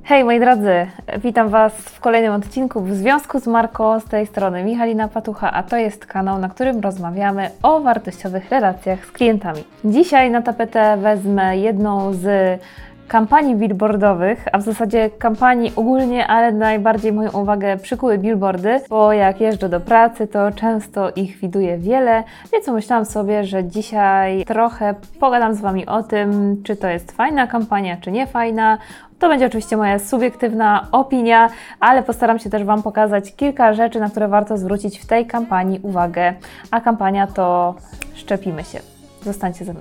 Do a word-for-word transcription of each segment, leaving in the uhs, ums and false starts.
Hej moi drodzy, witam Was w kolejnym odcinku w związku z marką. Z tej strony Michalina Patucha, a to jest kanał, na którym rozmawiamy o wartościowych relacjach z klientami. Dzisiaj na tapetę wezmę jedną z kampanii billboardowych, a w zasadzie kampanii ogólnie, ale najbardziej moją uwagę przykuły billboardy, bo jak jeżdżę do pracy, to często ich widuję wiele, więc myślałam sobie, że dzisiaj trochę pogadam z Wami o tym, czy to jest fajna kampania, czy nie fajna. To będzie oczywiście moja subiektywna opinia, ale postaram się też Wam pokazać kilka rzeczy, na które warto zwrócić w tej kampanii uwagę, a kampania to Szczepimy się. Zostańcie ze mną.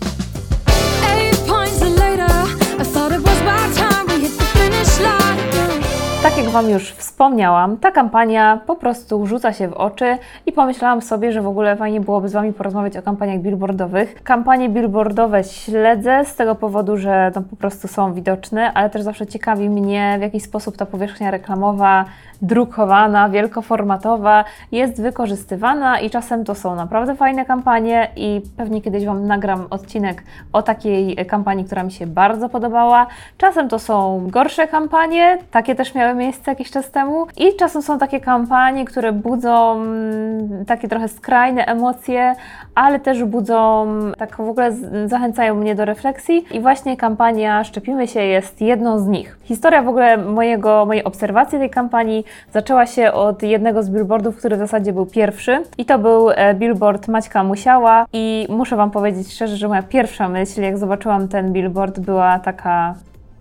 Tak jak Wam już wspomniałam, ta kampania po prostu rzuca się w oczy i pomyślałam sobie, że w ogóle fajnie byłoby z Wami porozmawiać o kampaniach billboardowych. Kampanie billboardowe śledzę z tego powodu, że tam po prostu są widoczne, ale też zawsze ciekawi mnie, w jaki sposób ta powierzchnia reklamowa, drukowana, wielkoformatowa jest wykorzystywana i czasem to są naprawdę fajne kampanie i pewnie kiedyś Wam nagram odcinek o takiej kampanii, która mi się bardzo podobała. Czasem to są gorsze kampanie, takie też miały miejsce jakiś czas temu i czasem są takie kampanie, które budzą mm, takie trochę skrajne emocje, ale też budzą, tak w ogóle zachęcają mnie do refleksji i właśnie kampania Szczepimy się jest jedną z nich. Historia w ogóle mojego, mojej obserwacji tej kampanii zaczęła się od jednego z billboardów, który w zasadzie był pierwszy i to był billboard Maćka Musiała i muszę Wam powiedzieć szczerze, że moja pierwsza myśl, jak zobaczyłam ten billboard, była taka: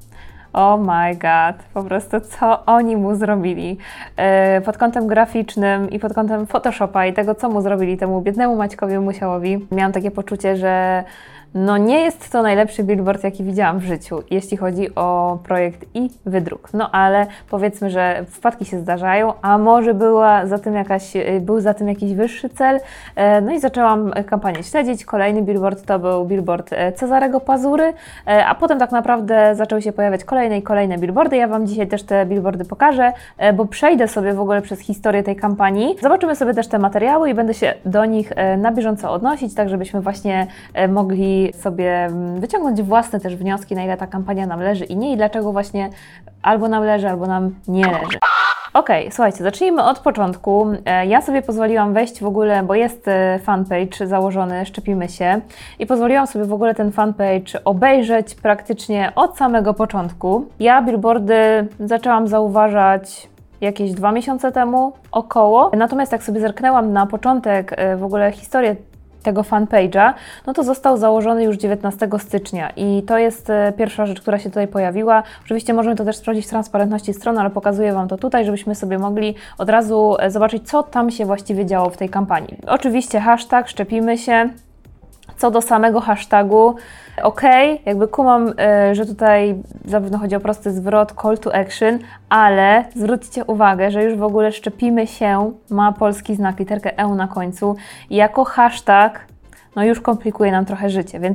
oh my god, po prostu co oni mu zrobili yy, pod kątem graficznym i pod kątem Photoshopa i tego, co mu zrobili temu biednemu Maćkowi Musiałowi. Miałam takie poczucie, że no nie jest to najlepszy billboard, jaki widziałam w życiu, jeśli chodzi o projekt i wydruk. No ale powiedzmy, że wpadki się zdarzają, a może była za tym jakaś, był za tym jakiś wyższy cel. No i zaczęłam kampanię śledzić. Kolejny billboard to był billboard Cezarego Pazury, a potem tak naprawdę zaczęły się pojawiać kolejne i kolejne billboardy. Ja Wam dzisiaj też te billboardy pokażę, bo przejdę sobie w ogóle przez historię tej kampanii. Zobaczymy sobie też te materiały i będę się do nich na bieżąco odnosić, tak żebyśmy właśnie mogli sobie wyciągnąć własne też wnioski, na ile ta kampania nam leży i nie, i dlaczego właśnie albo nam leży, albo nam nie leży. Ok, słuchajcie, zacznijmy od początku. Ja sobie pozwoliłam wejść w ogóle, bo jest fanpage założony Szczepimy się i pozwoliłam sobie w ogóle ten fanpage obejrzeć praktycznie od samego początku. Ja billboardy zaczęłam zauważać jakieś dwa miesiące temu około, natomiast jak sobie zerknęłam na początek w ogóle historię tego fanpage'a, no to został założony już dziewiętnastego stycznia i to jest pierwsza rzecz, która się tutaj pojawiła. Oczywiście możemy to też sprawdzić w transparentności strony, ale pokazuję Wam to tutaj, żebyśmy sobie mogli od razu zobaczyć, co tam się właściwie działo w tej kampanii. Oczywiście hashtag Szczepimy się. Co do samego hashtagu, ok, jakby kumam, że tutaj zapewne chodzi o prosty zwrot, call to action, ale zwróćcie uwagę, że już w ogóle Szczepimy się ma polski znak, literkę E na końcu i jako hashtag, no już komplikuje nam trochę życie, więc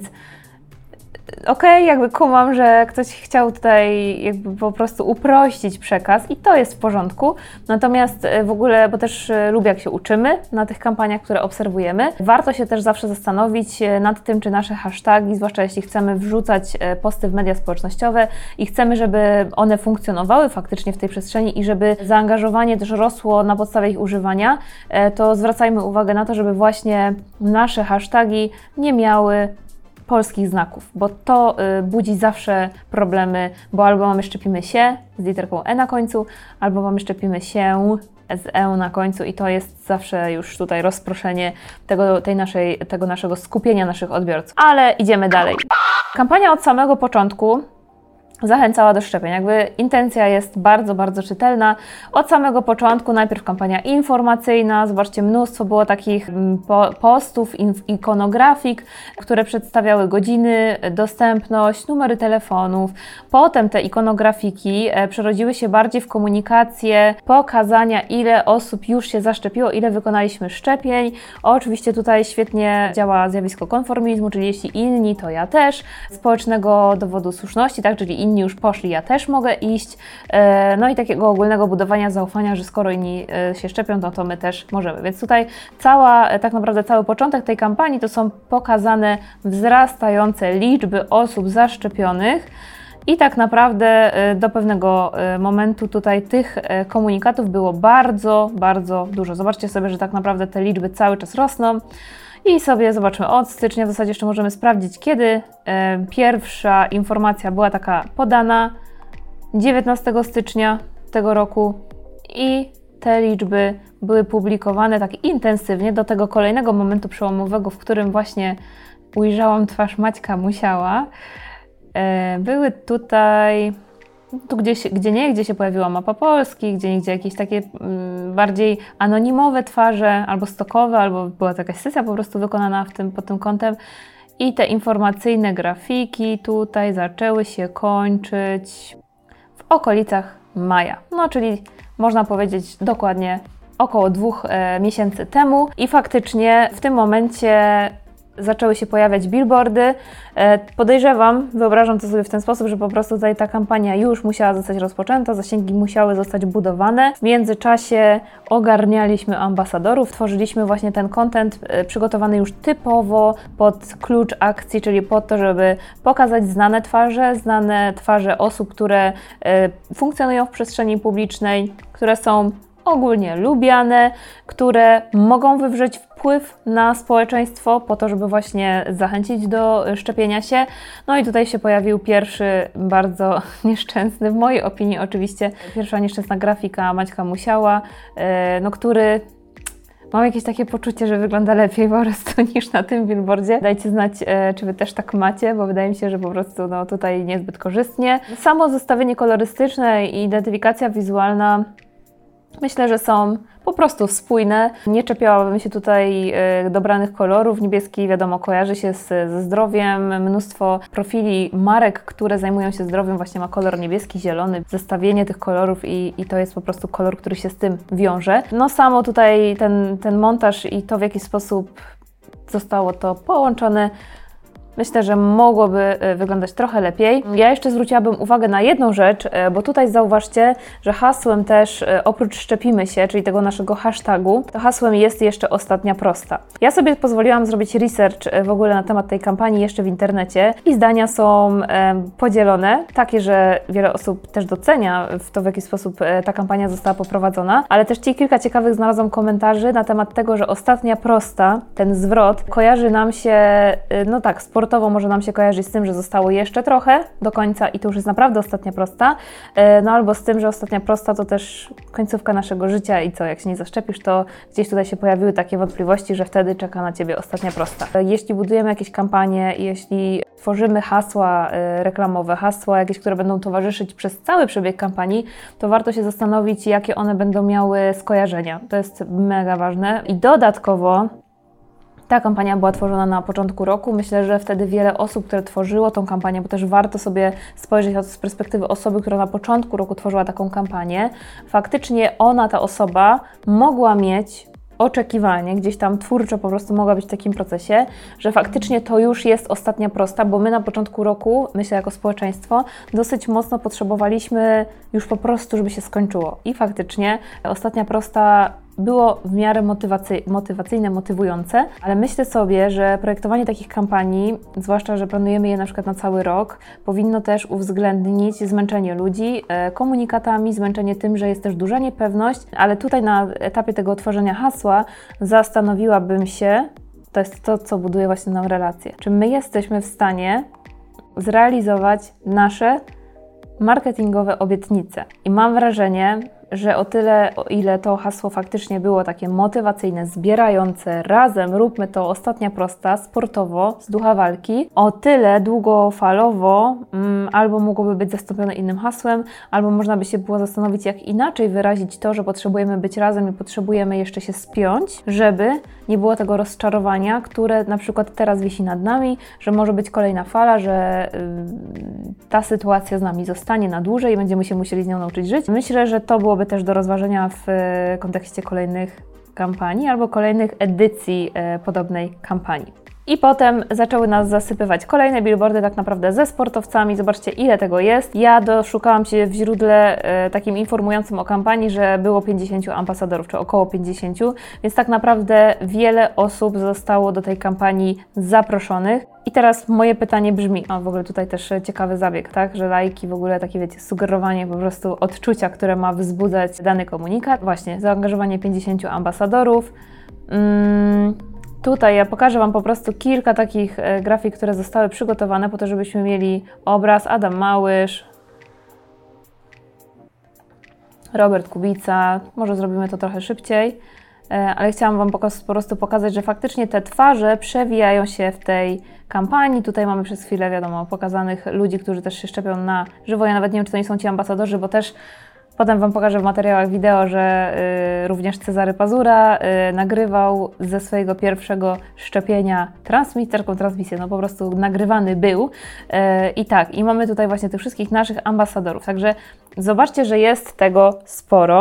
okej, okay, jakby kumam, że ktoś chciał tutaj jakby po prostu uprościć przekaz i to jest w porządku. Natomiast w ogóle, bo też lubię, jak się uczymy na tych kampaniach, które obserwujemy, warto się też zawsze zastanowić nad tym, czy nasze hasztagi, zwłaszcza jeśli chcemy wrzucać posty w media społecznościowe i chcemy, żeby one funkcjonowały faktycznie w tej przestrzeni i żeby zaangażowanie też rosło na podstawie ich używania, to zwracajmy uwagę na to, żeby właśnie nasze hasztagi nie miały polskich znaków, bo to y, budzi zawsze problemy, bo albo mamy Szczepimy się z literką E na końcu, albo mamy Szczepimy się z E na końcu i to jest zawsze już tutaj rozproszenie tego, tej naszej, tego naszego skupienia naszych odbiorców. Ale idziemy dalej. Kampania od samego początku zachęcała do szczepień. Jakby intencja jest bardzo, bardzo czytelna. Od samego początku najpierw kampania informacyjna. Zobaczcie, mnóstwo było takich po postów, ikonografik, które przedstawiały godziny, dostępność, numery telefonów. Potem te ikonografiki przerodziły się bardziej w komunikację pokazania, ile osób już się zaszczepiło, ile wykonaliśmy szczepień. Oczywiście tutaj świetnie działa zjawisko konformizmu, czyli jeśli inni, to ja też. Społecznego dowodu słuszności, tak, czyli inni już poszli, ja też mogę iść. No i takiego ogólnego budowania zaufania, że skoro inni się szczepią, to, to my też możemy. Więc tutaj cała, tak naprawdę cały początek tej kampanii to są pokazane wzrastające liczby osób zaszczepionych I tak naprawdę do pewnego momentu tutaj tych komunikatów było bardzo, bardzo dużo. Zobaczcie sobie, że tak naprawdę te liczby cały czas rosną. I sobie zobaczmy od stycznia, w zasadzie jeszcze możemy sprawdzić, kiedy pierwsza informacja była taka podana. dziewiętnastego stycznia tego roku i te liczby były publikowane tak intensywnie do tego kolejnego momentu przełomowego, w którym właśnie ujrzałam twarz Maćka Musiała. Były tutaj, tu gdzieś, gdzie nie, gdzie się pojawiła mapa Polski, gdzie niegdzie jakieś takie bardziej anonimowe twarze, albo stokowe, albo była to jakaś sesja po prostu wykonana w tym, pod tym kątem. I te informacyjne grafiki tutaj zaczęły się kończyć w okolicach maja. No, czyli można powiedzieć dokładnie około dwóch e, miesięcy temu. I faktycznie w tym momencie zaczęły się pojawiać billboardy. E, podejrzewam, wyobrażam to sobie w ten sposób, że po prostu tutaj ta kampania już musiała zostać rozpoczęta, zasięgi musiały zostać budowane. W międzyczasie ogarnialiśmy ambasadorów, tworzyliśmy właśnie ten content e, przygotowany już typowo pod klucz akcji, czyli pod to, żeby pokazać znane twarze, znane twarze osób, które e, funkcjonują w przestrzeni publicznej, które są ogólnie lubiane, które mogą wywrzeć wpływ na społeczeństwo po to, żeby właśnie zachęcić do szczepienia się. No i tutaj się pojawił pierwszy bardzo nieszczęsny, w mojej opinii oczywiście, pierwsza nieszczęsna grafika Maćka Musiała, no który mam jakieś takie poczucie, że wygląda lepiej po prostu niż na tym billboardzie. Dajcie znać, czy Wy też tak macie, bo wydaje mi się, że po prostu no, tutaj niezbyt korzystnie. Samo zestawienie kolorystyczne i identyfikacja wizualna myślę, że są po prostu spójne. Nie czepiałabym się tutaj y, dobranych kolorów. Niebieski, wiadomo, kojarzy się z, ze zdrowiem. Mnóstwo profili marek, które zajmują się zdrowiem, właśnie ma kolor niebieski, zielony. Zestawienie tych kolorów i, i to jest po prostu kolor, który się z tym wiąże. No samo tutaj ten, ten montaż i to, w jaki sposób zostało to połączone, myślę, że mogłoby wyglądać trochę lepiej. Ja jeszcze zwróciłabym uwagę na jedną rzecz, bo tutaj zauważcie, że hasłem też oprócz szczepimy się, czyli tego naszego hashtagu, to hasłem jest jeszcze ostatnia prosta. Ja sobie pozwoliłam zrobić research w ogóle na temat tej kampanii jeszcze w internecie i zdania są podzielone, takie, że wiele osób też docenia w to, w jaki sposób ta kampania została poprowadzona, ale też ci kilka ciekawych znalazłam komentarzy na temat tego, że ostatnia prosta, ten zwrot, kojarzy nam się, no tak, sportowo może nam się kojarzyć z tym, że zostało jeszcze trochę do końca i to już jest naprawdę ostatnia prosta, no albo z tym, że ostatnia prosta to też końcówka naszego życia i co, jak się nie zaszczepisz, to gdzieś tutaj się pojawiły takie wątpliwości, że wtedy czeka na Ciebie ostatnia prosta. Jeśli budujemy jakieś kampanie, jeśli tworzymy hasła reklamowe, hasła jakieś, które będą towarzyszyć przez cały przebieg kampanii, to warto się zastanowić, jakie one będą miały skojarzenia. To jest mega ważne. I dodatkowo ta kampania była tworzona na początku roku. Myślę, że wtedy wiele osób, które tworzyło tą kampanię, bo też warto sobie spojrzeć z perspektywy osoby, która na początku roku tworzyła taką kampanię, faktycznie ona, ta osoba, mogła mieć oczekiwanie, gdzieś tam twórczo po prostu mogła być w takim procesie, że faktycznie to już jest ostatnia prosta, bo my na początku roku, myślę jako społeczeństwo, dosyć mocno potrzebowaliśmy już po prostu, żeby się skończyło. I faktycznie ostatnia prosta było w miarę motywacy- motywacyjne, motywujące, ale myślę sobie, że projektowanie takich kampanii, zwłaszcza, że planujemy je na przykład na cały rok, powinno też uwzględnić zmęczenie ludzi e, komunikatami, zmęczenie tym, że jest też duża niepewność, ale tutaj na etapie tego tworzenia hasła zastanowiłabym się, to jest to, co buduje właśnie nam relacje, czy my jesteśmy w stanie zrealizować nasze marketingowe obietnice. I mam wrażenie, że o tyle, o ile to hasło faktycznie było takie motywacyjne, zbierające, razem róbmy to, ostatnia prosta, sportowo, z ducha walki, o tyle długofalowo mm, albo mogłoby być zastąpione innym hasłem, albo można by się było zastanowić, jak inaczej wyrazić to, że potrzebujemy być razem i potrzebujemy jeszcze się spiąć, żeby nie było tego rozczarowania, które na przykład teraz wisi nad nami, że może być kolejna fala, że yy, ta sytuacja z nami zostanie na dłużej i będziemy się musieli z nią nauczyć żyć. Myślę, że to byłoby też do rozważenia w kontekście kolejnych kampanii albo kolejnych edycji e, podobnej kampanii. I potem zaczęły nas zasypywać kolejne billboardy tak naprawdę ze sportowcami. Zobaczcie, ile tego jest. Ja doszukałam się w źródle e, takim informującym o kampanii, że było pięćdziesięciu ambasadorów, czy około pięćdziesięciu, więc tak naprawdę wiele osób zostało do tej kampanii zaproszonych. I teraz moje pytanie brzmi, a w ogóle tutaj też ciekawy zabieg, tak, że lajki, w ogóle takie, wiecie, sugerowanie po prostu odczucia, które ma wzbudzać dany komunikat. Właśnie, zaangażowanie pięćdziesięciu ambasadorów. Mm, tutaj ja pokażę Wam po prostu kilka takich e, grafik, które zostały przygotowane po to, żebyśmy mieli obraz. Adam Małysz, Robert Kubica, może zrobimy to trochę szybciej, ale chciałam Wam po prostu pokazać, że faktycznie te twarze przewijają się w tej kampanii. Tutaj mamy przez chwilę, wiadomo, pokazanych ludzi, którzy też się szczepią na żywo. Ja nawet nie wiem, czy to nie są ci ambasadorzy, bo też potem Wam pokażę w materiałach wideo, że y, również Cezary Pazura y, nagrywał ze swojego pierwszego szczepienia transmisję, taką transmisję, no po prostu nagrywany był. Y, I tak, i mamy tutaj właśnie tych wszystkich naszych ambasadorów. Także zobaczcie, że jest tego sporo.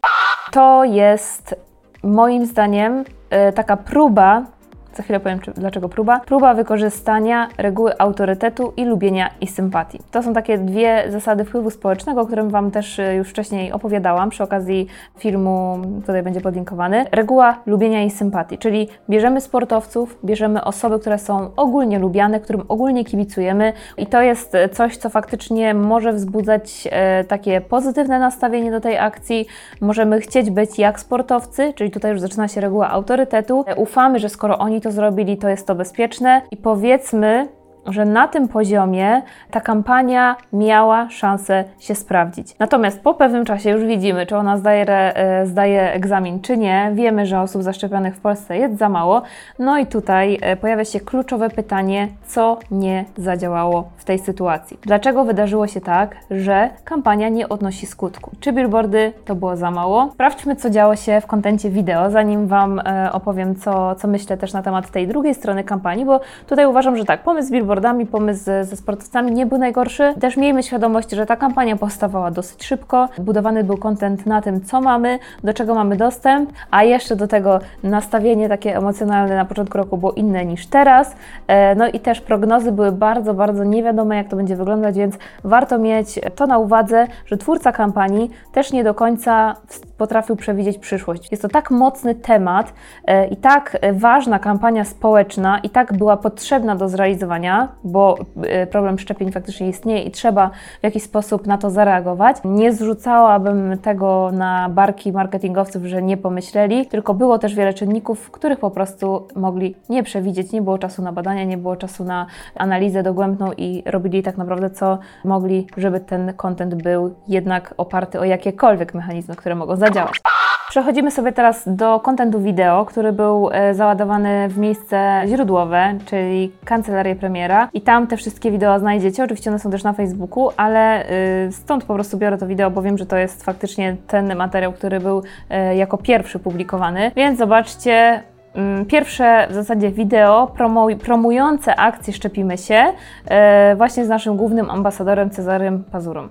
To jest moim zdaniem y, taka próba, za chwilę powiem czy, dlaczego próba, próba wykorzystania reguły autorytetu i lubienia i sympatii. To są takie dwie zasady wpływu społecznego, o którym Wam też y, już wcześniej opowiadałam przy okazji filmu, tutaj będzie podlinkowany. Reguła lubienia i sympatii, czyli bierzemy sportowców, bierzemy osoby, które są ogólnie lubiane, którym ogólnie kibicujemy i to jest coś, co faktycznie może wzbudzać y, takie pozytywne nastawienie do tej akcji. Możemy chcieć być jak sportowcy, czyli tutaj już zaczyna się reguła autorytetu. Ufamy, że skoro oni to zrobili, to jest to bezpieczne i powiedzmy, że na tym poziomie ta kampania miała szansę się sprawdzić. Natomiast po pewnym czasie już widzimy, czy ona zdaje, e, zdaje egzamin, czy nie. Wiemy, że osób zaszczepionych w Polsce jest za mało. No i tutaj e, pojawia się kluczowe pytanie, co nie zadziałało w tej sytuacji. Dlaczego wydarzyło się tak, że kampania nie odnosi skutku? Czy billboardy to było za mało? Sprawdźmy, co działo się w kontencie wideo, zanim Wam e, opowiem, co, co myślę też na temat tej drugiej strony kampanii, bo tutaj uważam, że tak, pomysł z billboardami, pomysł ze sportowcami nie był najgorszy. Też miejmy świadomość, że ta kampania powstawała dosyć szybko. Budowany był content na tym, co mamy, do czego mamy dostęp, a jeszcze do tego nastawienie takie emocjonalne na początku roku było inne niż teraz. No i też prognozy były bardzo, bardzo niewiadome, jak to będzie wyglądać, więc warto mieć to na uwadze, że twórca kampanii też nie do końca potrafił przewidzieć przyszłość. Jest to tak mocny temat i tak ważna kampania społeczna i tak była potrzebna do zrealizowania, bo problem szczepień faktycznie istnieje i trzeba w jakiś sposób na to zareagować. Nie zrzucałabym tego na barki marketingowców, że nie pomyśleli, tylko było też wiele czynników, których po prostu mogli nie przewidzieć. Nie było czasu na badania, nie było czasu na analizę dogłębną i robili tak naprawdę co mogli, żeby ten content był jednak oparty o jakiekolwiek mechanizmy, które mogą zadziałać. Przechodzimy sobie teraz do kontentu wideo, który był e, załadowany w miejsce źródłowe, czyli kancelarię premiera i tam te wszystkie wideo znajdziecie. Oczywiście one są też na Facebooku, ale y, stąd po prostu biorę to wideo, bo wiem, że to jest faktycznie ten materiał, który był e, jako pierwszy publikowany. Więc zobaczcie, y, pierwsze w zasadzie wideo promu promujące akcję Szczepimy się e, właśnie z naszym głównym ambasadorem Cezarym Pazurą.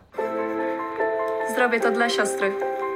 Zrobię to dla siostry.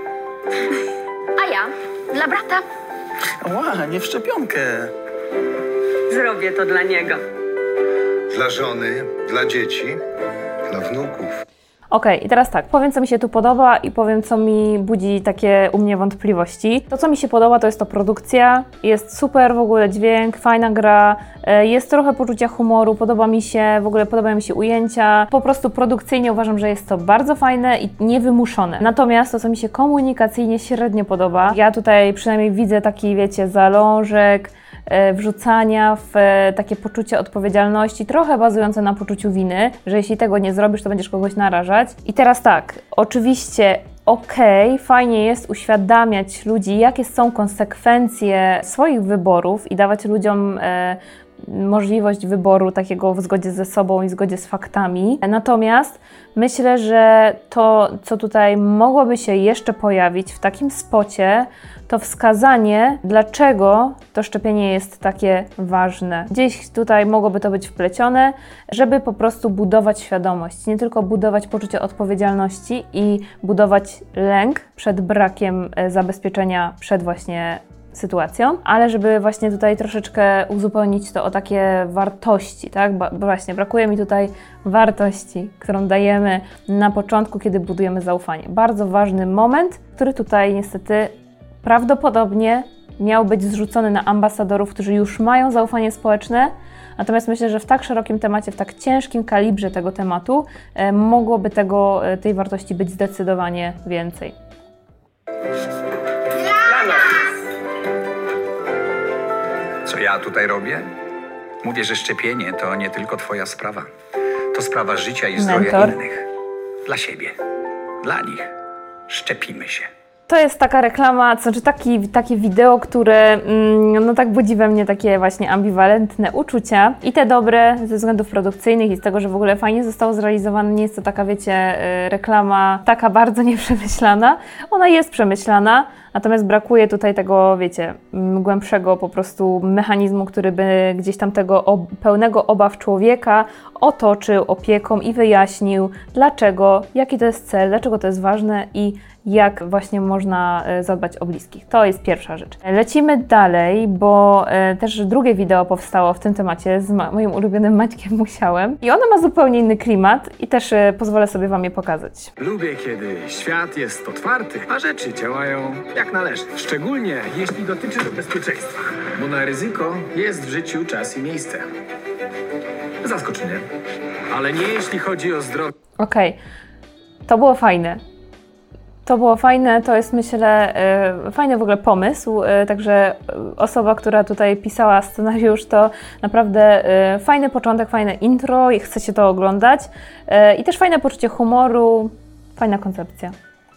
A ja dla brata. Ła, nie w szczepionkę. Zrobię to dla niego. Dla żony, dla dzieci, dla wnuków. Ok, i teraz tak, powiem co mi się tu podoba i powiem co mi budzi takie u mnie wątpliwości. To co mi się podoba to jest to produkcja, jest super w ogóle dźwięk, fajna gra, jest trochę poczucia humoru, podoba mi się, w ogóle podobają mi się ujęcia. Po prostu produkcyjnie uważam, że jest to bardzo fajne i niewymuszone. Natomiast to co mi się komunikacyjnie średnio podoba, ja tutaj przynajmniej widzę taki, wiecie, zalążek, wrzucania w takie poczucie odpowiedzialności, trochę bazujące na poczuciu winy, że jeśli tego nie zrobisz, to będziesz kogoś narażać. I teraz tak, oczywiście okej, okay, fajnie jest uświadamiać ludzi, jakie są konsekwencje swoich wyborów i dawać ludziom e, możliwość wyboru takiego w zgodzie ze sobą i w zgodzie z faktami. Natomiast myślę, że to, co tutaj mogłoby się jeszcze pojawić w takim spocie, to wskazanie, dlaczego to szczepienie jest takie ważne. Gdzieś tutaj mogłoby to być wplecione, żeby po prostu budować świadomość, nie tylko budować poczucie odpowiedzialności i budować lęk przed brakiem zabezpieczenia przed właśnie sytuacją, ale żeby właśnie tutaj troszeczkę uzupełnić to o takie wartości, tak? Bo właśnie brakuje mi tutaj wartości, którą dajemy na początku, kiedy budujemy zaufanie. Bardzo ważny moment, który tutaj niestety prawdopodobnie miał być zrzucony na ambasadorów, którzy już mają zaufanie społeczne. Natomiast myślę, że w tak szerokim temacie, w tak ciężkim kalibrze tego tematu e, mogłoby tego, e, tej wartości być zdecydowanie więcej. Co ja tutaj robię? Mówię, że szczepienie to nie tylko twoja sprawa. To sprawa życia i zdrowia Mentor. innych. Dla siebie. Dla nich. Szczepimy się. To jest taka reklama, to znaczy taki, takie wideo, które mm, no tak budzi we mnie takie właśnie ambiwalentne uczucia. I te dobre ze względów produkcyjnych i z tego, że w ogóle fajnie zostało zrealizowane. Nie jest to taka, wiecie, y, reklama taka bardzo nieprzemyślana. Ona jest przemyślana, natomiast brakuje tutaj tego, wiecie, m, głębszego po prostu mechanizmu, który by gdzieś tam tego ob pełnego obaw człowieka otoczył opieką i wyjaśnił, dlaczego, jaki to jest cel, dlaczego to jest ważne i jak właśnie można zadbać o bliskich. To jest pierwsza rzecz. Lecimy dalej, bo e, też drugie wideo powstało w tym temacie z moim ulubionym Maćkiem Musiałem i ono ma zupełnie inny klimat i też e, pozwolę sobie Wam je pokazać. Lubię, kiedy świat jest otwarty, a rzeczy działają jak należy. Szczególnie jeśli dotyczy to bezpieczeństwa, bo na ryzyko jest w życiu czas i miejsce. Zaskocz mnie, ale nie jeśli chodzi o zdrowie. Okej, to było fajne. To było fajne, to jest myślę e, fajny w ogóle pomysł, e, także osoba, która tutaj pisała scenariusz, to naprawdę e, fajny początek, fajne intro i chce się to oglądać e, i też fajne poczucie humoru, fajna koncepcja.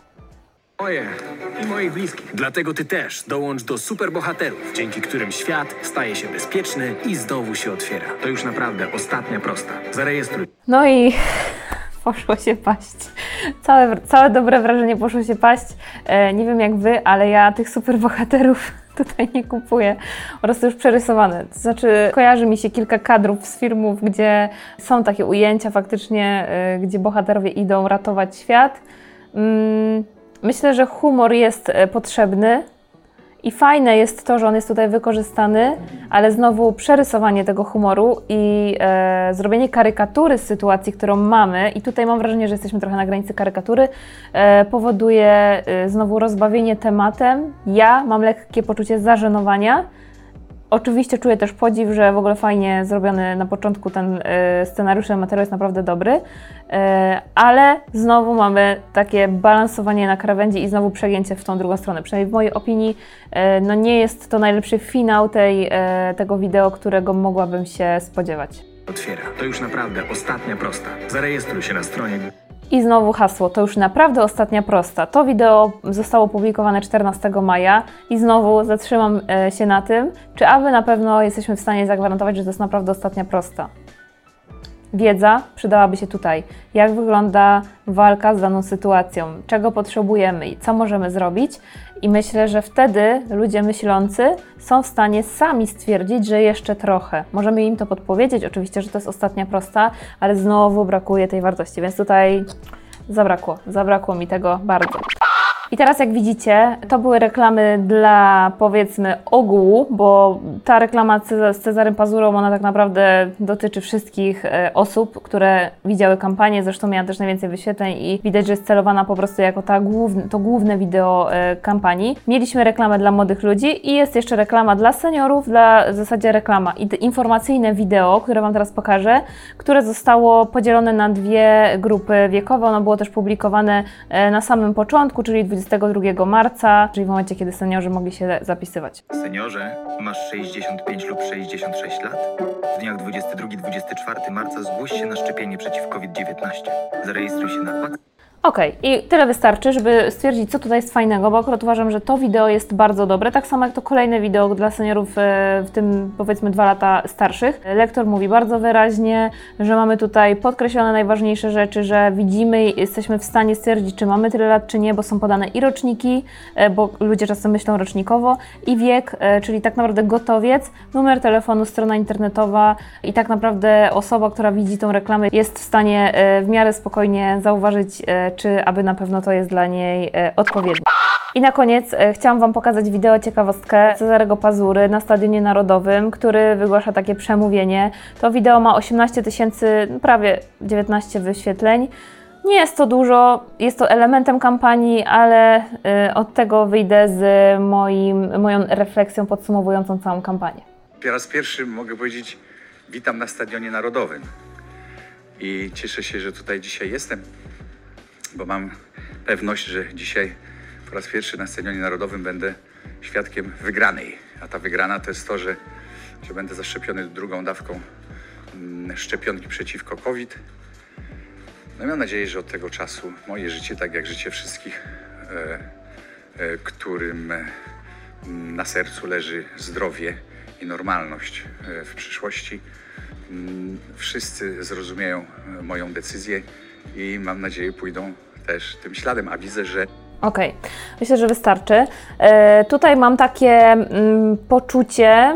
Moje i moich bliskich. Dlatego ty też dołącz do superbohaterów, dzięki którym świat staje się bezpieczny i znowu się otwiera. To już naprawdę ostatnia prosta. Zarejestruj. No i poszło się paść. Całe, całe dobre wrażenie poszło się paść. E, nie wiem jak Wy, ale ja tych superbohaterów tutaj nie kupuję. Po prostu już przerysowane. To znaczy kojarzy mi się kilka kadrów z filmów, gdzie są takie ujęcia faktycznie, e, gdzie bohaterowie idą ratować świat. Mm, myślę, że humor jest e, potrzebny. I fajne jest to, że on jest tutaj wykorzystany, ale znowu przerysowanie tego humoru i e, zrobienie karykatury z sytuacji, którą mamy, i tutaj mam wrażenie, że jesteśmy trochę na granicy karykatury, e, powoduje e, znowu rozbawienie tematem. Ja mam lekkie poczucie zażenowania. Oczywiście czuję też podziw, że w ogóle fajnie zrobiony na początku ten y, scenariusz, ten materiał jest naprawdę dobry, y, ale znowu mamy takie balansowanie na krawędzi i znowu przegięcie w tą drugą stronę. Przynajmniej w mojej opinii y, no nie jest to najlepszy finał tej, y, tego wideo, którego mogłabym się spodziewać. Otwiera. To już naprawdę ostatnia prosta. Zarejestruj się na stronie. I znowu hasło, to już naprawdę ostatnia prosta. To wideo zostało opublikowane czternastego maja i znowu zatrzymam się na tym, czy aby na pewno jesteśmy w stanie zagwarantować, że to jest naprawdę ostatnia prosta. Wiedza przydałaby się tutaj. Jak wygląda walka z daną sytuacją, czego potrzebujemy i co możemy zrobić. I myślę, że wtedy ludzie myślący są w stanie sami stwierdzić, że jeszcze trochę. Możemy im to podpowiedzieć, oczywiście, że to jest ostatnia prosta, ale znowu brakuje tej wartości, więc tutaj zabrakło, zabrakło mi tego bardzo. I teraz jak widzicie, to były reklamy dla, powiedzmy, ogółu, bo ta reklama z Cezarym Pazurą, ona tak naprawdę dotyczy wszystkich e, osób, które widziały kampanię, zresztą miała też najwięcej wyświetleń i widać, że jest celowana po prostu jako ta główne, to główne wideo e, kampanii. Mieliśmy reklamę dla młodych ludzi i jest jeszcze reklama dla seniorów, dla w zasadzie reklama i informacyjne wideo, które Wam teraz pokażę, które zostało podzielone na dwie grupy wiekowe. Ono było też publikowane e, na samym początku, czyli dwudziestego drugiego marca, czyli w momencie, kiedy seniorzy mogli się zapisywać. Seniorze, masz sześćdziesiąt pięć lub sześćdziesiąt sześć lat? W dniach dwudziestego drugiego do dwudziestego czwartego marca zgłoś się na szczepienie przeciw COVID dziewiętnaście. Zarejestruj się na pak. Okej, i tyle wystarczy, żeby stwierdzić, co tutaj jest fajnego, bo akurat uważam, że to wideo jest bardzo dobre, tak samo jak to kolejne wideo dla seniorów, w tym powiedzmy dwa lata starszych. Lektor mówi bardzo wyraźnie, że mamy tutaj podkreślone najważniejsze rzeczy, że widzimy i jesteśmy w stanie stwierdzić, czy mamy tyle lat, czy nie, bo są podane i roczniki, bo ludzie czasem myślą rocznikowo, i wiek, czyli tak naprawdę gotowiec, numer telefonu, strona internetowa i tak naprawdę osoba, która widzi tą reklamę, jest w stanie w miarę spokojnie zauważyć, czy aby na pewno to jest dla niej odpowiednie. I na koniec e, chciałam Wam pokazać wideo ciekawostkę Cezarego Pazury na Stadionie Narodowym, który wygłasza takie przemówienie. To wideo ma osiemnaście tysięcy, prawie dziewiętnaście wyświetleń. Nie jest to dużo, jest to elementem kampanii, ale y, od tego wyjdę z moim, moją refleksją podsumowującą całą kampanię. Po raz pierwszy mogę powiedzieć, witam na Stadionie Narodowym i cieszę się, że tutaj dzisiaj jestem, bo mam pewność, że dzisiaj po raz pierwszy na Stadionie Narodowym będę świadkiem wygranej, a ta wygrana to jest to, że, że będę zaszczepiony drugą dawką mm, szczepionki przeciwko COVID. No mam nadzieję, że od tego czasu moje życie, tak jak życie wszystkich, e, e, którym e, na sercu leży zdrowie i normalność e, w przyszłości, m, wszyscy zrozumieją e, moją decyzję i mam nadzieję pójdą też tym śladem, a widzę, że Okej, okay. Myślę, że wystarczy. E, tutaj mam takie mm, poczucie,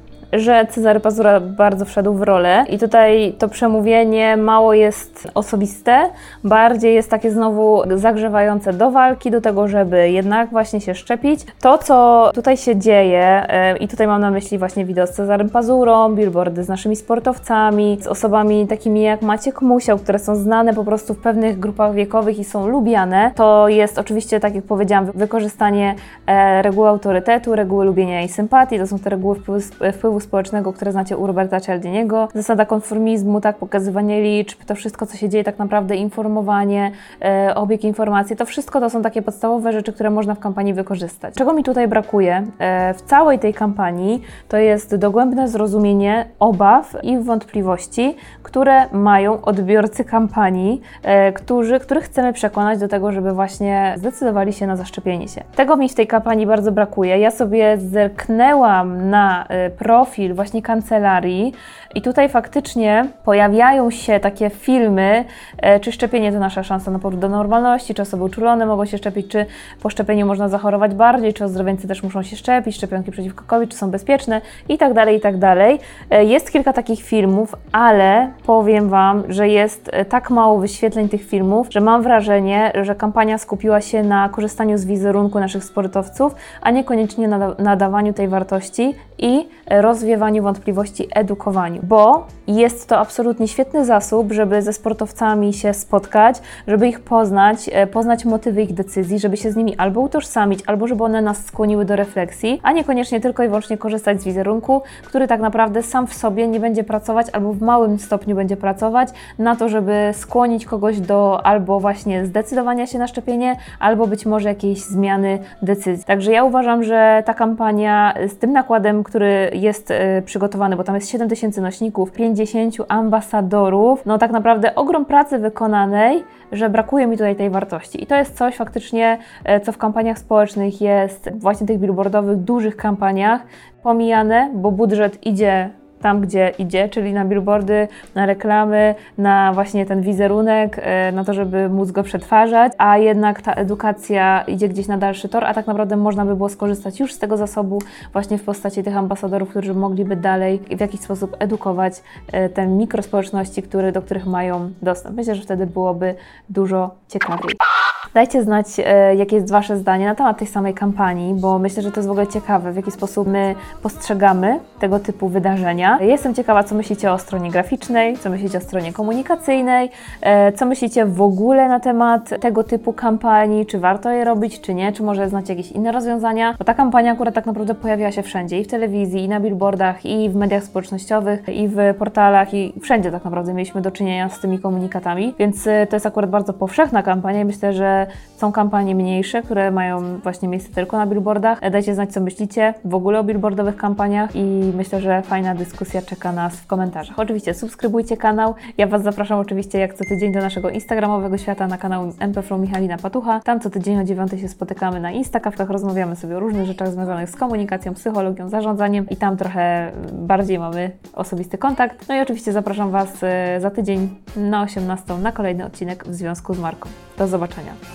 że Cezary Pazura bardzo wszedł w rolę i tutaj to przemówienie mało jest osobiste, bardziej jest takie znowu zagrzewające do walki, do tego, żeby jednak właśnie się szczepić. To, co tutaj się dzieje i tutaj mam na myśli właśnie wideo z Cezarym Pazurą, billboardy z naszymi sportowcami, z osobami takimi jak Maciek Musiał, które są znane po prostu w pewnych grupach wiekowych i są lubiane, to jest oczywiście, tak jak powiedziałam, wykorzystanie reguły autorytetu, reguły lubienia i sympatii, to są te reguły wpływu, wpływu społecznego, które znacie u Roberta Cialdiniego. Zasada konformizmu, tak, pokazywanie liczb, to wszystko, co się dzieje, tak naprawdę informowanie, e, obieg informacji, to wszystko to są takie podstawowe rzeczy, które można w kampanii wykorzystać. Czego mi tutaj brakuje e, w całej tej kampanii, to jest dogłębne zrozumienie obaw i wątpliwości, które mają odbiorcy kampanii, e, którzy, których chcemy przekonać do tego, żeby właśnie zdecydowali się na zaszczepienie się. Tego mi w tej kampanii bardzo brakuje. Ja sobie zerknęłam na e, profil właśnie kancelarii i tutaj faktycznie pojawiają się takie filmy, e, czy szczepienie to nasza szansa na powrót do normalności, czy osoby uczulone mogą się szczepić, czy po szczepieniu można zachorować bardziej, czy ozdrowieńcy też muszą się szczepić, szczepionki przeciwko COVID, czy są bezpieczne i tak dalej, i tak dalej. E, jest kilka takich filmów, ale powiem Wam, że jest tak mało wyświetleń tych filmów, że mam wrażenie, że kampania skupiła się na korzystaniu z wizerunku naszych sportowców, a niekoniecznie na nadawaniu tej wartości i rozwiewaniu wątpliwości, edukowaniu, bo jest to absolutnie świetny zasób, żeby ze sportowcami się spotkać, żeby ich poznać, poznać motywy ich decyzji, żeby się z nimi albo utożsamić, albo żeby one nas skłoniły do refleksji, a niekoniecznie tylko i wyłącznie korzystać z wizerunku, który tak naprawdę sam w sobie nie będzie pracować, albo w małym stopniu będzie pracować na to, żeby skłonić kogoś do albo właśnie zdecydowania się na szczepienie, albo być może jakiejś zmiany decyzji. Także ja uważam, że ta kampania z tym nakładem, który jest y, przygotowany, bo tam jest siedem tysięcy nośników, pięćdziesięciu ambasadorów, no tak naprawdę ogrom pracy wykonanej, że brakuje mi tutaj tej wartości. I to jest coś faktycznie, y, co w kampaniach społecznych jest, właśnie tych billboardowych, dużych kampaniach pomijane, bo budżet idzie tam, gdzie idzie, czyli na billboardy, na reklamy, na właśnie ten wizerunek, na to, żeby móc go przetwarzać, a jednak ta edukacja idzie gdzieś na dalszy tor, a tak naprawdę można by było skorzystać już z tego zasobu właśnie w postaci tych ambasadorów, którzy mogliby dalej w jakiś sposób edukować te mikrospołeczności, które, do których mają dostęp. Myślę, że wtedy byłoby dużo ciekawiej. Dajcie znać, jakie jest Wasze zdanie na temat tej samej kampanii, bo myślę, że to jest w ogóle ciekawe, w jaki sposób my postrzegamy tego typu wydarzenia. Ja jestem ciekawa, co myślicie o stronie graficznej, co myślicie o stronie komunikacyjnej, co myślicie w ogóle na temat tego typu kampanii, czy warto je robić, czy nie, czy może znacie jakieś inne rozwiązania, bo ta kampania akurat tak naprawdę pojawiła się wszędzie, i w telewizji, i na billboardach, i w mediach społecznościowych, i w portalach, i wszędzie tak naprawdę mieliśmy do czynienia z tymi komunikatami, więc to jest akurat bardzo powszechna kampania i myślę, że są kampanie mniejsze, które mają właśnie miejsce tylko na billboardach. Dajcie znać, co myślicie w ogóle o billboardowych kampaniach i myślę, że fajna dyskusja czeka nas w komentarzach. Oczywiście subskrybujcie kanał. Ja Was zapraszam oczywiście jak co tydzień do naszego instagramowego świata na kanał M P Flow Michalina Patucha. Tam co tydzień o dziewiątej się spotykamy na Instakawkach, rozmawiamy sobie o różnych rzeczach związanych z komunikacją, psychologią, zarządzaniem i tam trochę bardziej mamy osobisty kontakt. No i oczywiście zapraszam Was za tydzień na osiemnastą na kolejny odcinek w związku z marką. Do zobaczenia.